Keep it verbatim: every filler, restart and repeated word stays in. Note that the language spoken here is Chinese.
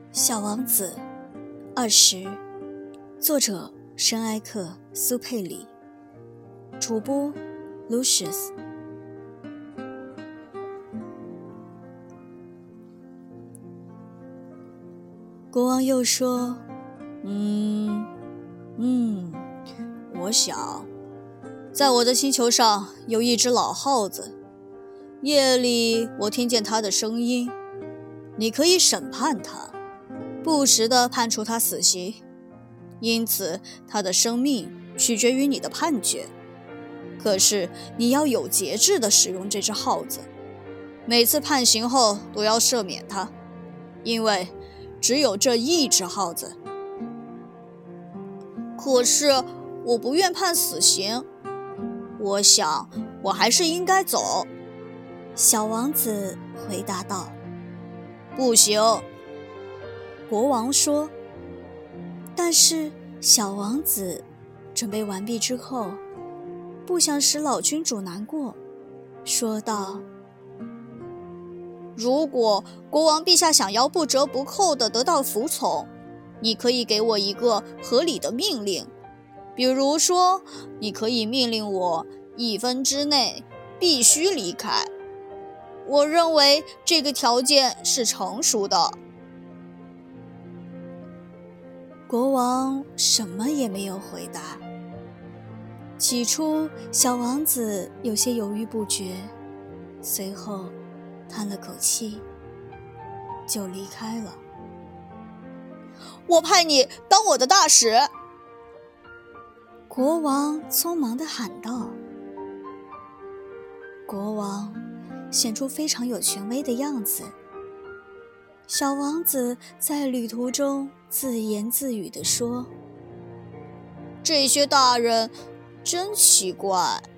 小王子二十，作者申埃克·苏佩里，主播 Lucius。 国王又说，嗯嗯，我想在我的星球上有一只老耗子，夜里我听见它的声音，你可以审判它，不时地判处他死刑，因此他的生命取决于你的判决。可是你要有节制地使用这只耗子，每次判刑后都要赦免它，因为只有这一只耗子。可是我不愿判死刑，我想我还是应该走。小王子回答道。不行，国王说。但是小王子准备完毕之后，不想使老君主难过，说道，如果国王陛下想要不折不扣地得到服从，你可以给我一个合理的命令，比如说你可以命令我一分之内必须离开。我认为这个条件是成熟的。国王什么也没有回答。起初小王子有些犹豫不决，随后叹了口气，就离开了。我派你当我的大使，国王匆忙地喊道。国王显出非常有权威的样子。小王子在旅途中自言自语地说，这些大人真奇怪。